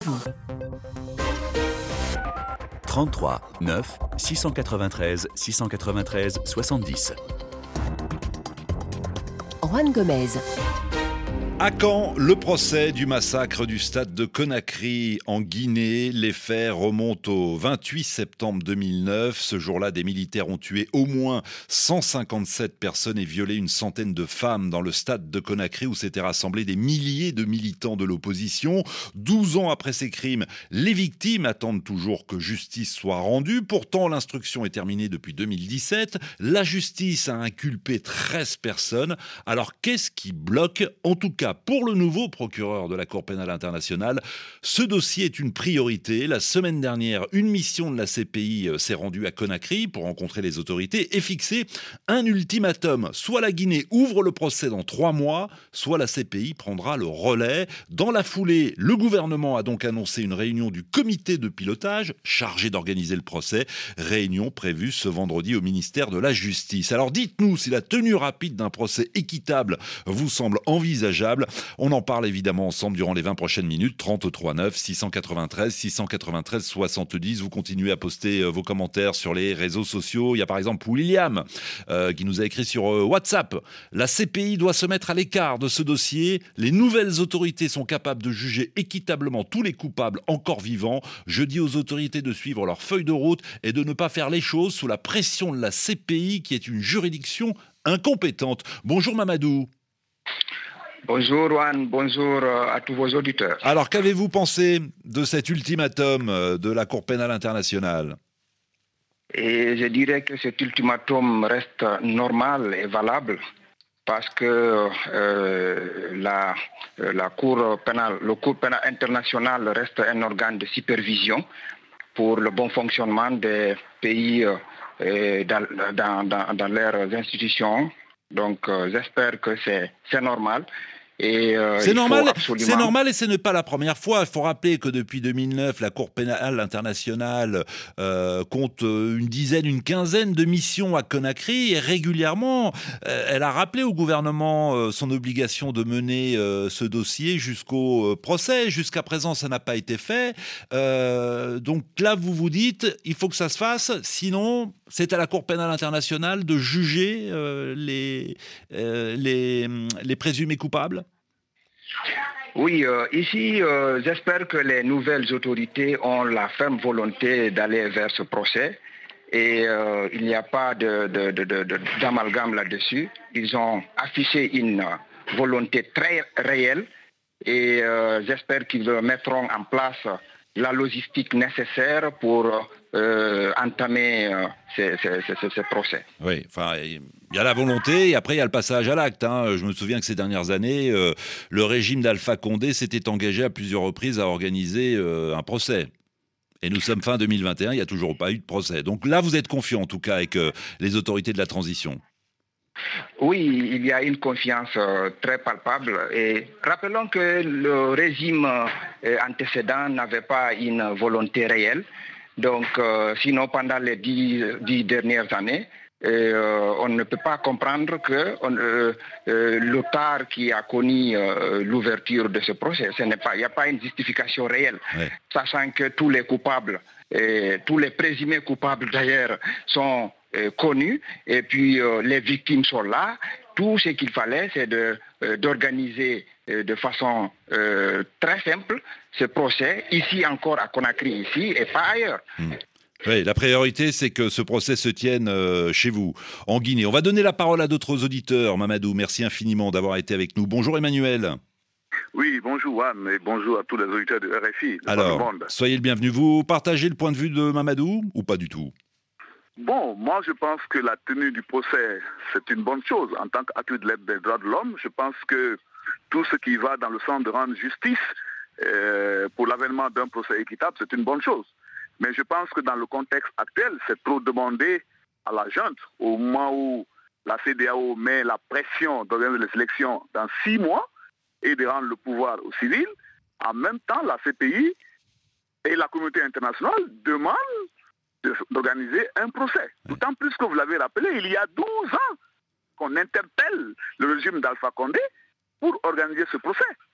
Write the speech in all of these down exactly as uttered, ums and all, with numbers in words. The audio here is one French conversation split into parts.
Mamadou. trente-trois neuf six cent quatre-vingt-treize six cent quatre-vingt-treize soixante-dix. Juan Gomez. À quand le procès du massacre du stade de Conakry en Guinée? Les faits remontent au vingt-huit septembre deux mille neuf. Ce jour-là, des militaires ont tué au moins cent cinquante-sept personnes et violé une centaine de femmes dans le stade de Conakry où s'étaient rassemblés des milliers de militants de l'opposition. douze ans après ces crimes, les victimes attendent toujours que justice soit rendue. Pourtant, l'instruction est terminée depuis deux mille dix-sept. La justice a inculpé treize personnes. Alors, qu'est-ce qui bloque? En tout cas, pour le nouveau procureur de la Cour pénale internationale, ce dossier est une priorité. La semaine dernière, une mission de la C P I s'est rendue à Conakry pour rencontrer les autorités et fixer un ultimatum. Soit la Guinée ouvre le procès dans trois mois, soit la C P I prendra le relais. Dans la foulée, le gouvernement a donc annoncé une réunion du comité de pilotage chargé d'organiser le procès. Réunion prévue ce vendredi au ministère de la Justice. Alors dites-nous si la tenue rapide d'un procès équitable vous semble envisageable. On en parle évidemment ensemble durant les vingt prochaines minutes. trente-trois neuf six cent quatre-vingt-treize six cent quatre-vingt-treize soixante-dix. Vous continuez à poster vos commentaires sur les réseaux sociaux. Il y a par exemple William euh, qui nous a écrit sur euh, WhatsApp. La C P I doit se mettre à l'écart de ce dossier. Les nouvelles autorités sont capables de juger équitablement tous les coupables encore vivants. Je dis aux autorités de suivre leur feuille de route et de ne pas faire les choses sous la pression de la C P I qui est une juridiction incompétente. Bonjour Mamadou. Bonjour Juan, bonjour à tous vos auditeurs. Alors qu'avez-vous pensé de cet ultimatum de la Cour pénale internationale? Et je dirais que cet ultimatum reste normal et valable parce que euh, la, la Cour pénale, le Cour pénale internationale reste un organe de supervision pour le bon fonctionnement des pays euh, dans, dans, dans, dans leurs institutions. Donc euh, j'espère que c'est, c'est normal. Et, euh, c'est, normal absolument... c'est normal et ce n'est pas la première fois. Il faut rappeler que depuis deux mille neuf, la Cour pénale internationale euh, compte une dizaine, une quinzaine de missions à Conakry et régulièrement, euh, elle a rappelé au gouvernement euh, son obligation de mener euh, ce dossier jusqu'au euh, procès. Jusqu'à présent, ça n'a pas été fait. Euh, donc là, vous vous dites, il faut que ça se fasse, sinon c'est à la Cour pénale internationale de juger euh, les, euh, les, les présumés coupables. Oui, euh, ici, euh, j'espère que les nouvelles autorités ont la ferme volonté d'aller vers ce procès et euh, il n'y a pas de, de, de, de, de, d'amalgame là-dessus. Ils ont affiché une volonté très réelle et euh, j'espère qu'ils mettront en place la logistique nécessaire pour euh, entamer euh, ces, ces, ces, ces procès. Oui, enfin, il y a la volonté et après il y a le passage à l'acte. Hein. Je me souviens que ces dernières années, euh, le régime d'Alpha Condé s'était engagé à plusieurs reprises à organiser euh, un procès. Et nous sommes fin deux mille vingt et un, il n'y a toujours pas eu de procès. Donc là, vous êtes confiant en tout cas avec euh, les autorités de la transition. Oui, il y a une confiance euh, très palpable. Et rappelons que le régime euh, antécédent n'avait pas une volonté réelle. Donc, euh, sinon, pendant les dix, dix dernières années, euh, on ne peut pas comprendre que on, euh, euh, le tard qui a connu euh, l'ouverture de ce procès, ce n'est pas, il n'y a pas une justification réelle, ouais. Sachant que tous les coupables, et tous les présumés coupables d'ailleurs, sont euh, connus, et puis euh, les victimes sont là. Tout ce qu'il fallait, c'est de, euh, d'organiser euh, de façon euh, très simple ce procès, ici encore à Conakry, ici, et pas ailleurs. Mmh. Oui, la priorité, c'est que ce procès se tienne euh, chez vous, en Guinée. On va donner la parole à d'autres auditeurs. Mamadou, merci infiniment d'avoir été avec nous. Bonjour Emmanuel. Oui, bonjour Anne et bonjour à tous les auditeurs de R F I. De Alors, le monde. Soyez le bienvenu. Vous partagez le point de vue de Mamadou ou pas du tout? Bon, moi je pense que la tenue du procès, c'est une bonne chose. En tant qu'acteur de l'aide des droits de l'homme, je pense que tout ce qui va dans le sens de rendre justice euh, pour l'avènement d'un procès équitable, c'est une bonne chose. Mais je pense que dans le contexte actuel, c'est trop demandé à la junte, au moment où la C E D E A O met la pression d'organiser les élections dans six mois et de rendre le pouvoir aux civils. En même temps, la C P I et la communauté internationale demandent d'organiser un procès. D'autant plus que vous l'avez rappelé, il y a douze ans qu'on interpelle le régime d'Alpha Condé pour organiser ce procès.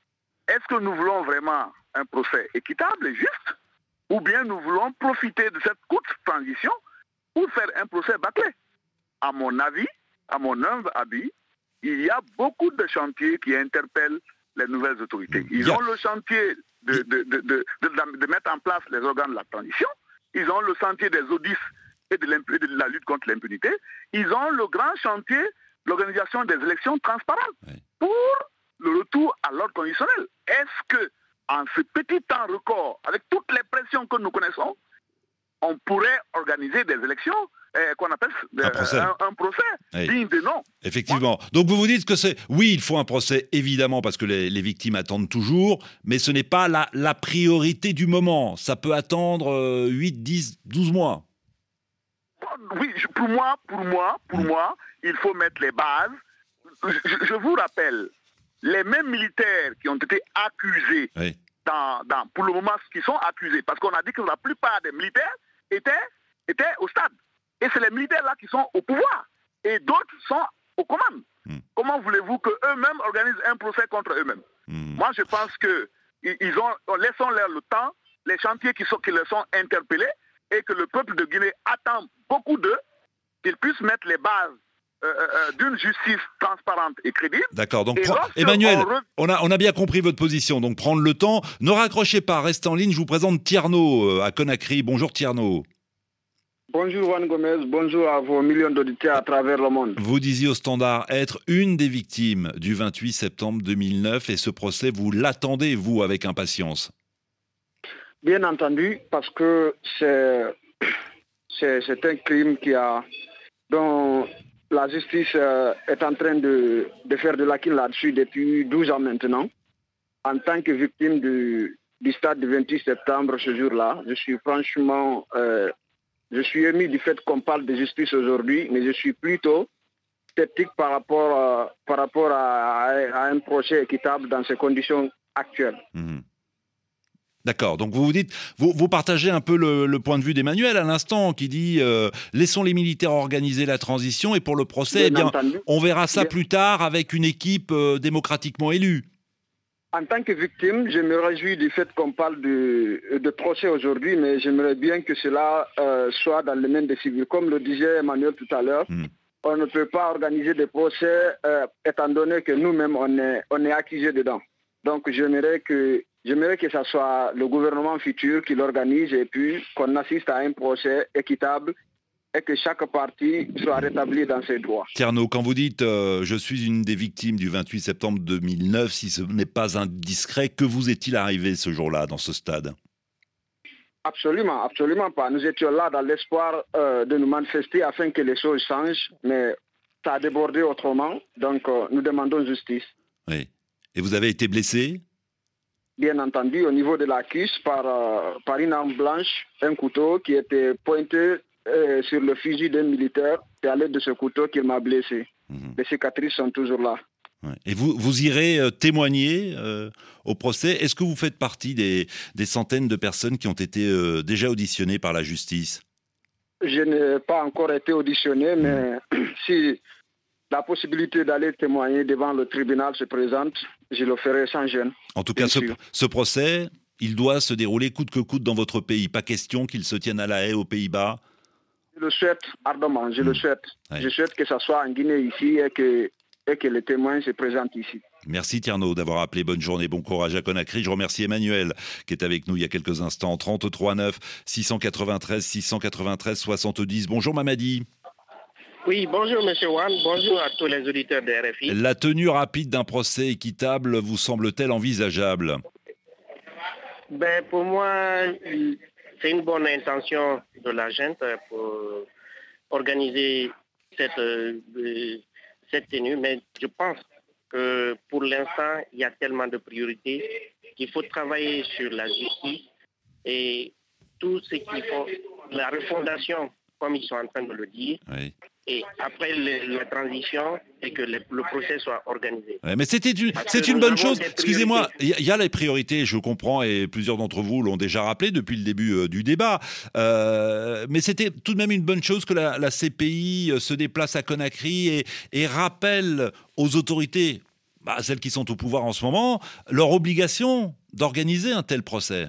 est-ce que nous voulons vraiment un procès équitable et juste, ou bien nous voulons profiter de cette courte transition pour faire un procès bâclé? À mon avis, à mon humble avis, il y a beaucoup de chantiers qui interpellent les nouvelles autorités. Ils ont le chantier de, de, de, de, de, de mettre en place les organes de la transition, ils ont le chantier des audits et de, de la lutte contre l'impunité, ils ont le grand chantier, l'organisation des élections transparentes, oui, pour le retour à l'ordre conditionnel. Est-ce que, en ce petit temps record, avec toutes les pressions que nous connaissons, on pourrait organiser des élections euh, qu'on appelle de, un procès, un, un procès oui, digne de nom? Effectivement. Donc vous vous dites que c'est... Oui, il faut un procès, évidemment, parce que les, les victimes attendent toujours, mais ce n'est pas la, la priorité du moment. Ça peut attendre euh, huit, dix, douze mois. Oui, pour moi, pour moi, pour mmh. moi, il faut mettre les bases. Je, je vous rappelle, les mêmes militaires qui ont été accusés, oui, dans, dans, pour le moment, qui sont accusés, parce qu'on a dit que la plupart des militaires étaient, étaient au stade. Et c'est les militaires-là qui sont au pouvoir. Et d'autres sont aux commandes. Mmh. Comment voulez-vous qu'eux-mêmes organisent un procès contre eux-mêmes? mmh. Moi, je pense que ils ont, laissons-leur le temps, les chantiers qui, sont, qui les sont interpellés, et que le peuple de Guinée attend beaucoup d'eux, qu'ils puissent mettre les bases euh, euh, d'une justice transparente et crédible. D'accord, donc pro- Emmanuel, on, re... on, a, on a bien compris votre position, donc prendre le temps. Ne raccrochez pas, restez en ligne, je vous présente Tierno euh, à Conakry. Bonjour Tierno. Bonjour Juan Gomez, bonjour à vos millions d'auditeurs à travers le monde. Vous disiez au Standard être une des victimes du vingt-huit septembre deux mille neuf, et ce procès, vous l'attendez, vous, avec impatience? Bien entendu, parce que c'est, c'est, c'est un crime qui a, dont la justice euh, est en train de, de faire de l'acquis là-dessus depuis douze ans maintenant. En tant que victime du, du stade du vingt-huit septembre, ce jour-là, je suis franchement, euh, je suis ému du fait qu'on parle de justice aujourd'hui, mais je suis plutôt sceptique par rapport, euh, par rapport à, à un procès équitable dans ces conditions actuelles. Mmh. D'accord, donc vous vous dites, vous, vous partagez un peu le, le point de vue d'Emmanuel à l'instant, qui dit euh, laissons les militaires organiser la transition, et pour le procès, bien, eh bien, on verra ça bien plus tard avec une équipe euh, démocratiquement élue. En tant que victime, je me réjouis du fait qu'on parle de, de procès aujourd'hui, mais j'aimerais bien que cela euh, soit dans les mains des civils. Comme le disait Emmanuel tout à l'heure, mmh. on ne peut pas organiser des procès euh, étant donné que nous-mêmes, on est, on est accusés dedans. Donc j'aimerais que J'aimerais que ce soit le gouvernement futur qui l'organise et puis qu'on assiste à un procès équitable et que chaque partie soit rétablie dans ses droits. Tierno, quand vous dites euh, « je suis une des victimes du vingt-huit septembre deux mille neuf », si ce n'est pas indiscret, que vous est-il arrivé ce jour-là dans ce stade? Absolument, absolument pas. Nous étions là dans l'espoir euh, de nous manifester afin que les choses changent, mais ça a débordé autrement, donc euh, nous demandons justice. Oui. Et vous avez été blessé? Bien entendu, au niveau de la cuisse, par, euh, par une arme blanche, un couteau qui était pointé euh, sur le fusil d'un militaire. C'est à l'aide de ce couteau qu'il m'a blessé. Mmh. Les cicatrices sont toujours là. Ouais. Et vous, vous irez euh, témoigner euh, au procès. Est-ce que vous faites partie des, des centaines de personnes qui ont été euh, déjà auditionnées par la justice? Je n'ai pas encore été auditionné, mais mmh. si la possibilité d'aller témoigner devant le tribunal se présente, je le ferai sans gêne. En tout cas, ce, ce procès, il doit se dérouler coûte que coûte dans votre pays. Pas question qu'il se tienne à La Haye, aux Pays-Bas. Je le souhaite ardemment, je mmh. le souhaite. Ouais. Je souhaite que ça soit en Guinée ici et que, et que les témoins se présentent ici. Merci Tierno d'avoir appelé. Bonne journée, bon courage à Conakry. Je remercie Emmanuel qui est avec nous il y a quelques instants. trente-trois neuf six cent quatre-vingt-treize six cent quatre-vingt-treize soixante-dix. Bonjour Mamadi. Oui, bonjour M. Wan, bonjour à tous les auditeurs de R F I. La tenue rapide d'un procès équitable vous semble-t-elle envisageable? Ben, pour moi, c'est une bonne intention de la gente pour organiser cette, euh, cette tenue, mais je pense que pour l'instant, il y a tellement de priorités qu'il faut travailler sur la justice et tout ce qu'il faut, la refondation, comme ils sont en train de le dire. Oui. Et après le, la transition, et que le, le procès soit organisé. Ouais, mais c'était une, c'est une bonne chose. Excusez-moi, il y, y a les priorités, je comprends, et plusieurs d'entre vous l'ont déjà rappelé depuis le début euh, du débat. Euh, mais c'était tout de même une bonne chose que la, la C P I se déplace à Conakry et, et rappelle aux autorités, bah, celles qui sont au pouvoir en ce moment, leur obligation d'organiser un tel procès.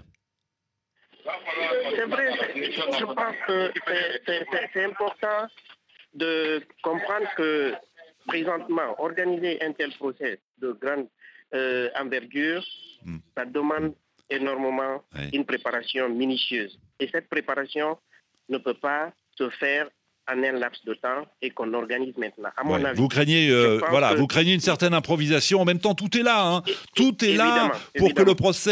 C'est vrai, je pense que c'est important de comprendre que présentement, organiser un tel procès de grande euh, envergure, mmh. ça demande énormément oui. une préparation minutieuse. Et cette préparation ne peut pas se faire en un laps de temps et qu'on organise maintenant. À mon ouais. avis, vous craignez, euh, voilà, que... vous craignez une certaine improvisation. En même temps, tout est là, hein. Et, tout est évidemment, là pour évidemment. que le procès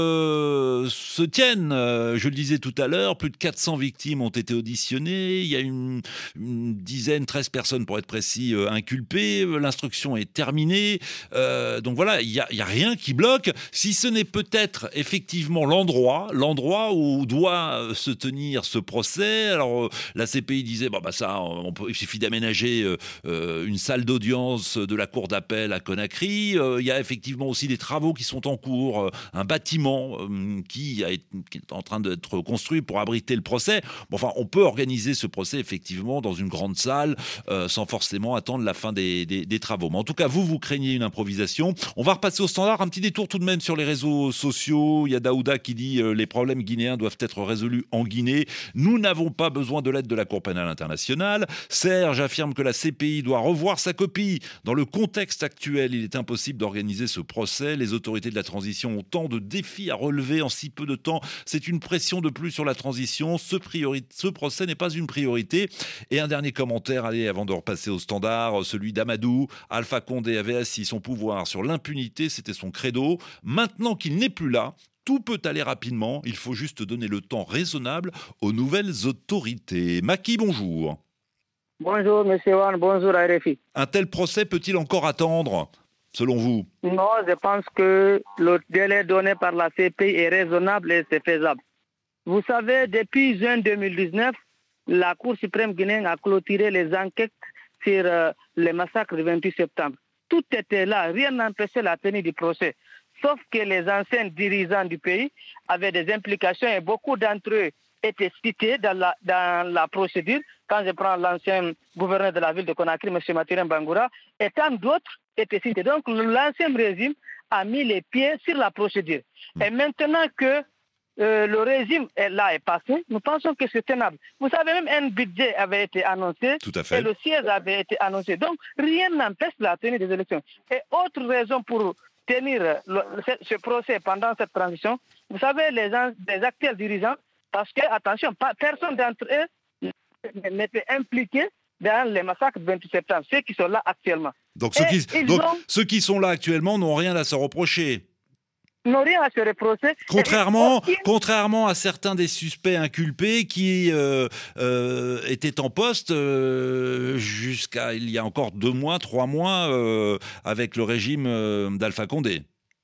euh, se tienne. Euh, je le disais tout à l'heure, plus de quatre cents victimes ont été auditionnées. Il y a une, une dizaine, treize personnes pour être précis, euh, inculpées. L'instruction est terminée. Euh, donc voilà, il y a, il y a rien qui bloque. Si ce n'est peut-être effectivement l'endroit, l'endroit où doit se tenir ce procès. Alors euh, la C P I disait, bah, bah ça, on peut, il suffit d'aménager euh, une salle d'audience de la cour d'appel à Conakry. Euh, il y a effectivement aussi des travaux qui sont en cours, euh, un bâtiment euh, qui, a, qui est en train d'être construit pour abriter le procès. Bon, enfin, on peut organiser ce procès effectivement dans une grande salle euh, sans forcément attendre la fin des, des, des travaux. Mais en tout cas, vous, vous craignez une improvisation. On va repasser au standard. Un petit détour tout de même sur les réseaux sociaux. Il y a Daouda qui dit euh, les problèmes guinéens doivent être résolus en Guinée. Nous n'avons pas besoin de l'aide de la Cour pénale internationale. Serge affirme que la C P I doit revoir sa copie. Dans le contexte actuel, il est impossible d'organiser ce procès. Les autorités de la transition ont tant de défis à relever en si peu de temps. C'est une pression de plus sur la transition. Ce, priori... ce procès n'est pas une priorité. Et un dernier commentaire, allez, avant de repasser au standard, celui d'Amadou. Alpha Condé avait assis son pouvoir sur l'impunité, c'était son credo. Maintenant qu'il n'est plus là, tout peut aller rapidement. Il faut juste donner le temps raisonnable aux nouvelles autorités. Maki, bonjour. Bonjour, monsieur Wan, bonjour à R F I. Un tel procès peut-il encore attendre, selon vous? Non, je pense que le délai donné par la C P I est raisonnable et c'est faisable. Vous savez, depuis juin deux mille dix-neuf, la Cour suprême guinéenne a clôturé les enquêtes sur euh, les massacres du vingt-huit septembre. Tout était là, rien n'empêchait la tenue du procès. Sauf que les anciens dirigeants du pays avaient des implications et beaucoup d'entre eux étaient cités dans la, dans la procédure. Quand je prends l'ancien gouverneur de la ville de Conakry, M. Mathurin Bangoura, et tant d'autres étaient cités. Donc l'ancien régime a mis les pieds sur la procédure. Et maintenant que euh, le régime est là est passé, nous pensons que c'est tenable. Vous savez, même un budget avait été annoncé. Tout à fait. Et le siège avait été annoncé. Donc rien n'empêche la tenue des élections. Et autre raison pour tenir le, ce, ce procès pendant cette transition, vous savez, les, les actuels dirigeants, parce que, attention, pas, personne d'entre eux n'était impliqué dans les massacres du vingt-huit septembre, ceux qui sont là actuellement. Donc, ceux qui, donc ont, ceux qui sont là actuellement n'ont rien à se reprocher. N'ont rien à se reprocher. Contrairement, aucune... contrairement à certains des suspects inculpés qui euh, euh, étaient en poste euh, jusqu'à il y a encore deux mois, trois mois, euh, avec le régime euh, d'Alpha Condé.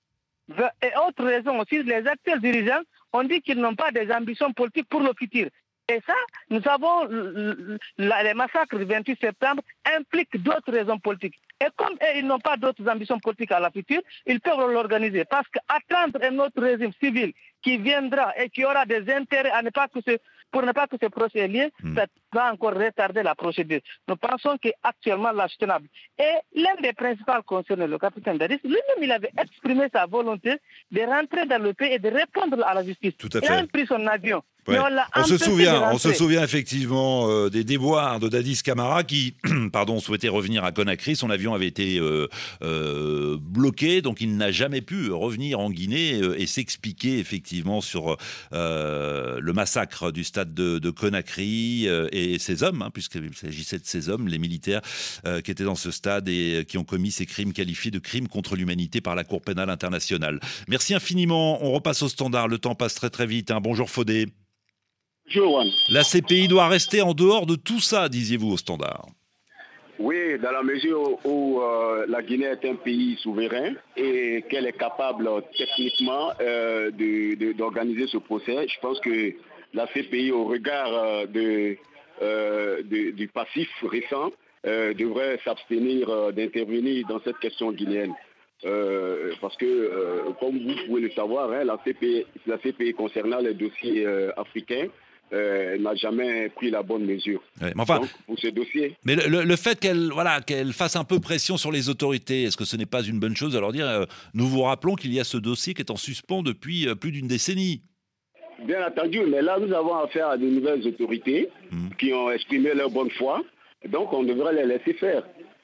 Et autre raison aussi, les actuels dirigeants ont dit qu'ils n'ont pas des ambitions politiques pour le futur. Et ça, nous savons, les massacres du vingt-huit septembre impliquent d'autres raisons politiques. Et comme eux, ils n'ont pas d'autres ambitions politiques à la future, ils peuvent l'organiser. Parce qu'attendre un autre régime civil qui viendra et qui aura des intérêts à ne pas que ce, pour ne pas que ce procès est lié, mmh. ça va encore retarder la procédure. Nous pensons qu'actuellement, là, c'est tenable. Et l'un des principaux concernés, le capitaine Dadis, lui-même, il avait exprimé sa volonté de rentrer dans le pays et de répondre à la justice. Tout à fait. Il a pris son avion. Ouais. On, on se souvient, on se souvient effectivement euh, des déboires de Dadis Camara qui, pardon, souhaitait revenir à Conakry. Son avion avait été euh, euh, bloqué, donc il n'a jamais pu revenir en Guinée euh, et s'expliquer effectivement sur euh, le massacre du stade de, de Conakry euh, et ses hommes, hein, puisqu'il s'agissait de ces hommes, les militaires euh, qui étaient dans ce stade et qui ont commis ces crimes qualifiés de crimes contre l'humanité par la Cour pénale internationale. Merci infiniment. On repasse au standard. Le temps passe très très vite. Hein. Bonjour Fodé. La C P I doit rester en dehors de tout ça, disiez-vous au standard. Oui, dans la mesure où euh, la Guinée est un pays souverain et qu'elle est capable techniquement euh, de, de, d'organiser ce procès, je pense que la C P I, au regard euh, de, euh, de, du passif récent, euh, devrait s'abstenir euh, d'intervenir dans cette question guinéenne. Euh, parce que, euh, comme vous pouvez le savoir, hein, la C P I, la C P I concernant les dossiers euh, africains, euh, n'a jamais pris la bonne mesure. Ouais, mais enfin, Donc, pour ce dossier. Mais le, le fait qu'elle voilà, qu'elle fasse un peu pression sur les autorités, est-ce que ce n'est pas une bonne chose de leur dire euh, nous vous rappelons qu'il y a ce dossier qui est en suspens depuis euh, plus d'une décennie? Bien entendu, mais là, nous avons affaire à de nouvelles autorités mmh. qui ont exprimé leur bonne foi. Donc, on devrait les laisser faire.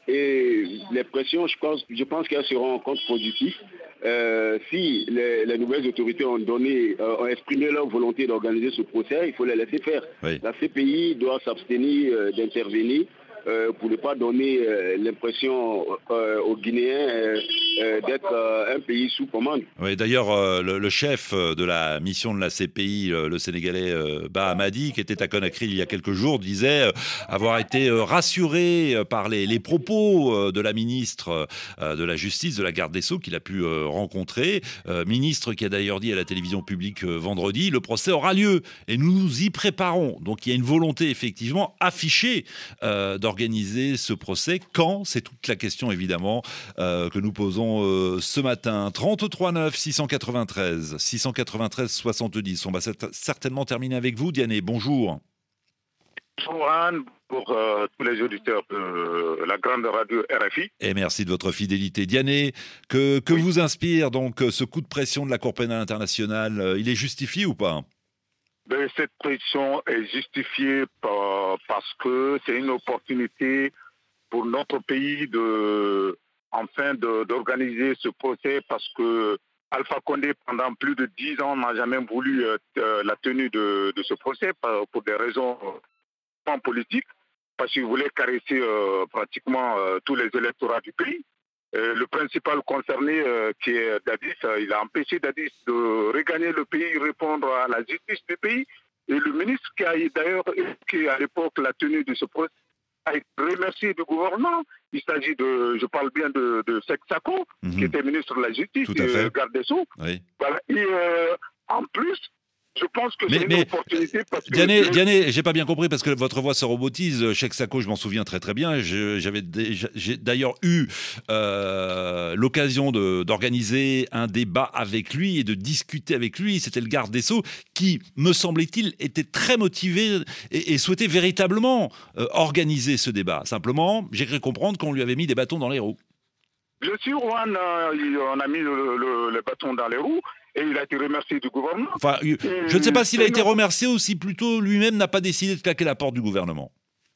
Et les pressions, je pense, je pense qu'elles seront contre-productives. Euh, si les, les nouvelles autorités ont donné, euh, ont exprimé leur volonté d'organiser ce procès, il faut les laisser faire. Oui. La C P I doit s'abstenir euh, d'intervenir euh, pour ne pas donner euh, l'impression euh, aux Guinéens euh, euh, d'être euh, un pays sous commande. Oui, d'ailleurs, euh, le, le chef de la mission de la C P I, le, le Sénégalais euh, Bah Hamadi, qui était à Conakry il y a quelques jours, disait euh, avoir été euh, rassuré par les, les propos euh, de la ministre euh, de la Justice, de la Garde des Sceaux, qu'il a pu euh, rencontrer. Euh, ministre qui a d'ailleurs dit à la télévision publique euh, vendredi, le procès aura lieu et nous nous y préparons. Donc il y a une volonté effectivement affichée euh, d'organiser ce procès. Quand? C'est toute la question évidemment euh, que nous posons euh, ce matin. trente-trois neuf six cent quatre-vingt-treize six cent quatre-vingt-treize soixante-dix. On va certainement terminer avec vous, Diané. Bonjour. Bonjour Anne, pour euh, tous les auditeurs de la grande radio R F I. Et merci de votre fidélité. Diané, que, que oui. vous inspire donc ce coup de pression de la Cour pénale internationale? Il est justifié ou pas? Ben, cette pression est justifiée par, parce que c'est une opportunité pour notre pays de, enfin de, d'organiser ce procès, parce que Alpha Condé, pendant plus de dix ans, n'a jamais voulu euh, la tenue de, de ce procès pour des raisons euh, politiques, parce qu'il voulait caresser euh, pratiquement euh, tous les électorats du pays. Euh, le principal concerné, euh, qui est Dadis, euh, il a empêché Dadis de regagner le pays, répondre à la justice du pays. Et le ministre qui a d'ailleurs évoqué à l'époque la tenue de ce procès a été remercié du gouvernement. Il s'agit de, je parle bien de, de Seck Sako, mm-hmm. qui était ministre de la Justice et euh, garde des Sceaux. Oui. Voilà. Et euh, en plus, je pense que mais, c'est une mais, opportunité parce que... Diané, Diané, j'ai pas bien compris parce que votre voix se robotise. Seck Sako, je m'en souviens très très bien. Je, j'avais déjà, j'ai d'ailleurs eu euh, l'occasion de, d'organiser un débat avec lui et de discuter avec lui. C'était le garde des Sceaux qui, me semblait-il, était très motivé et, et souhaitait véritablement euh, organiser ce débat. Simplement, j'ai cru comprendre qu'on lui avait mis des bâtons dans les roues. Bien sûr, Juan, euh, on a mis le, le, le bâton dans les roues. Et il a été remercié du gouvernement. Enfin, je ne sais pas s'il a été remercié ou si plutôt lui-même n'a pas décidé de claquer la porte du gouvernement.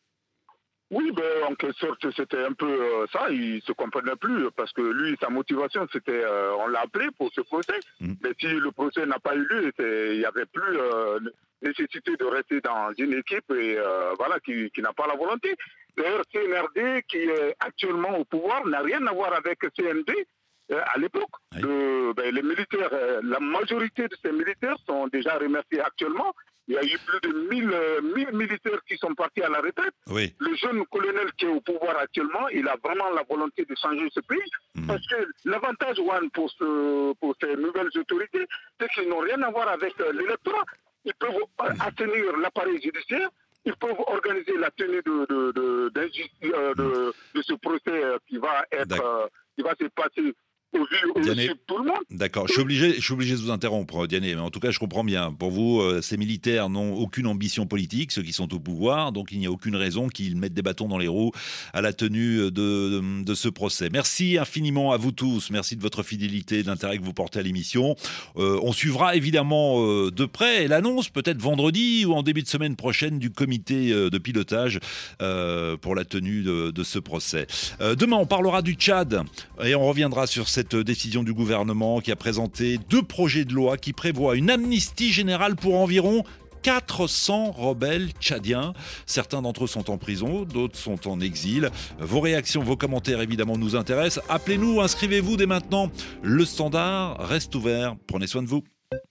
Oui, ben, en quelque sorte, c'était un peu euh, ça. Il ne se comprenait plus parce que lui, sa motivation, c'était, euh, on l'a appelé pour ce procès. Mmh. Mais si le procès n'a pas eu lieu, il n'y avait plus euh, nécessité de rester dans une équipe et, euh, voilà, qui, qui n'a pas la volonté. D'ailleurs, C N R D, qui est actuellement au pouvoir, n'a rien à voir avec C N D. Euh, à l'époque, oui. le, ben, les militaires, euh, la majorité de ces militaires sont déjà remerciés actuellement. Il y a eu plus de mille, euh, mille militaires qui sont partis à la retraite. Oui. Le jeune colonel qui est au pouvoir actuellement, il a vraiment la volonté de changer ce pays. Mmh. Parce que l'avantage, Juan, pour, ce, pour ces nouvelles autorités, c'est qu'ils n'ont rien à voir avec euh, l'électorat. Ils peuvent mmh. atteindre l'appareil judiciaire. Ils peuvent organiser la tenue de, de, de, de, euh, de, de ce procès qui va être, euh, qui va se passer. Diané, d'accord, je suis obligé, je suis obligé de vous interrompre, Diané, mais en tout cas, je comprends bien. Pour vous, euh, ces militaires n'ont aucune ambition politique, ceux qui sont au pouvoir, donc il n'y a aucune raison qu'ils mettent des bâtons dans les roues à la tenue de, de, de ce procès. Merci infiniment à vous tous, merci de votre fidélité, de l'intérêt que vous portez à l'émission. Euh, on suivra évidemment euh, de près l'annonce, peut-être vendredi ou en début de semaine prochaine, du comité euh, de pilotage euh, pour la tenue de, de ce procès. Euh, demain, on parlera du Tchad et on reviendra sur cette décision du gouvernement qui a présenté deux projets de loi qui prévoient une amnistie générale pour environ quatre cents rebelles tchadiens. Certains d'entre eux sont en prison, d'autres sont en exil. Vos réactions, vos commentaires évidemment nous intéressent. Appelez-nous, inscrivez-vous dès maintenant. Le standard reste ouvert. Prenez soin de vous.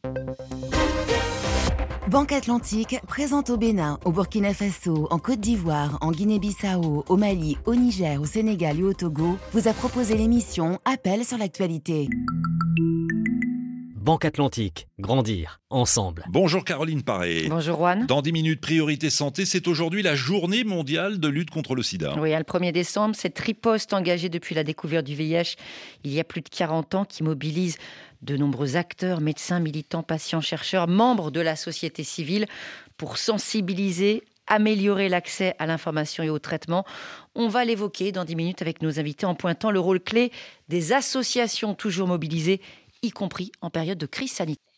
Banque Atlantique présente au Bénin, au Burkina Faso, en Côte d'Ivoire, en Guinée-Bissau, au Mali, au Niger, au Sénégal et au Togo, vous a proposé l'émission Appel sur l'actualité. Banque Atlantique, grandir ensemble. Bonjour Caroline Paré. Bonjour Juan. Dans dix minutes, Priorité Santé, c'est aujourd'hui la journée mondiale de lutte contre le sida. Oui, le premier décembre, cette riposte engagée depuis la découverte du V I H il y a plus de quarante ans qui mobilise de nombreux acteurs, médecins, militants, patients, chercheurs, membres de la société civile pour sensibiliser, améliorer l'accès à l'information et au traitement. On va l'évoquer dans dix minutes avec nos invités en pointant le rôle clé des associations toujours mobilisées, y compris en période de crise sanitaire.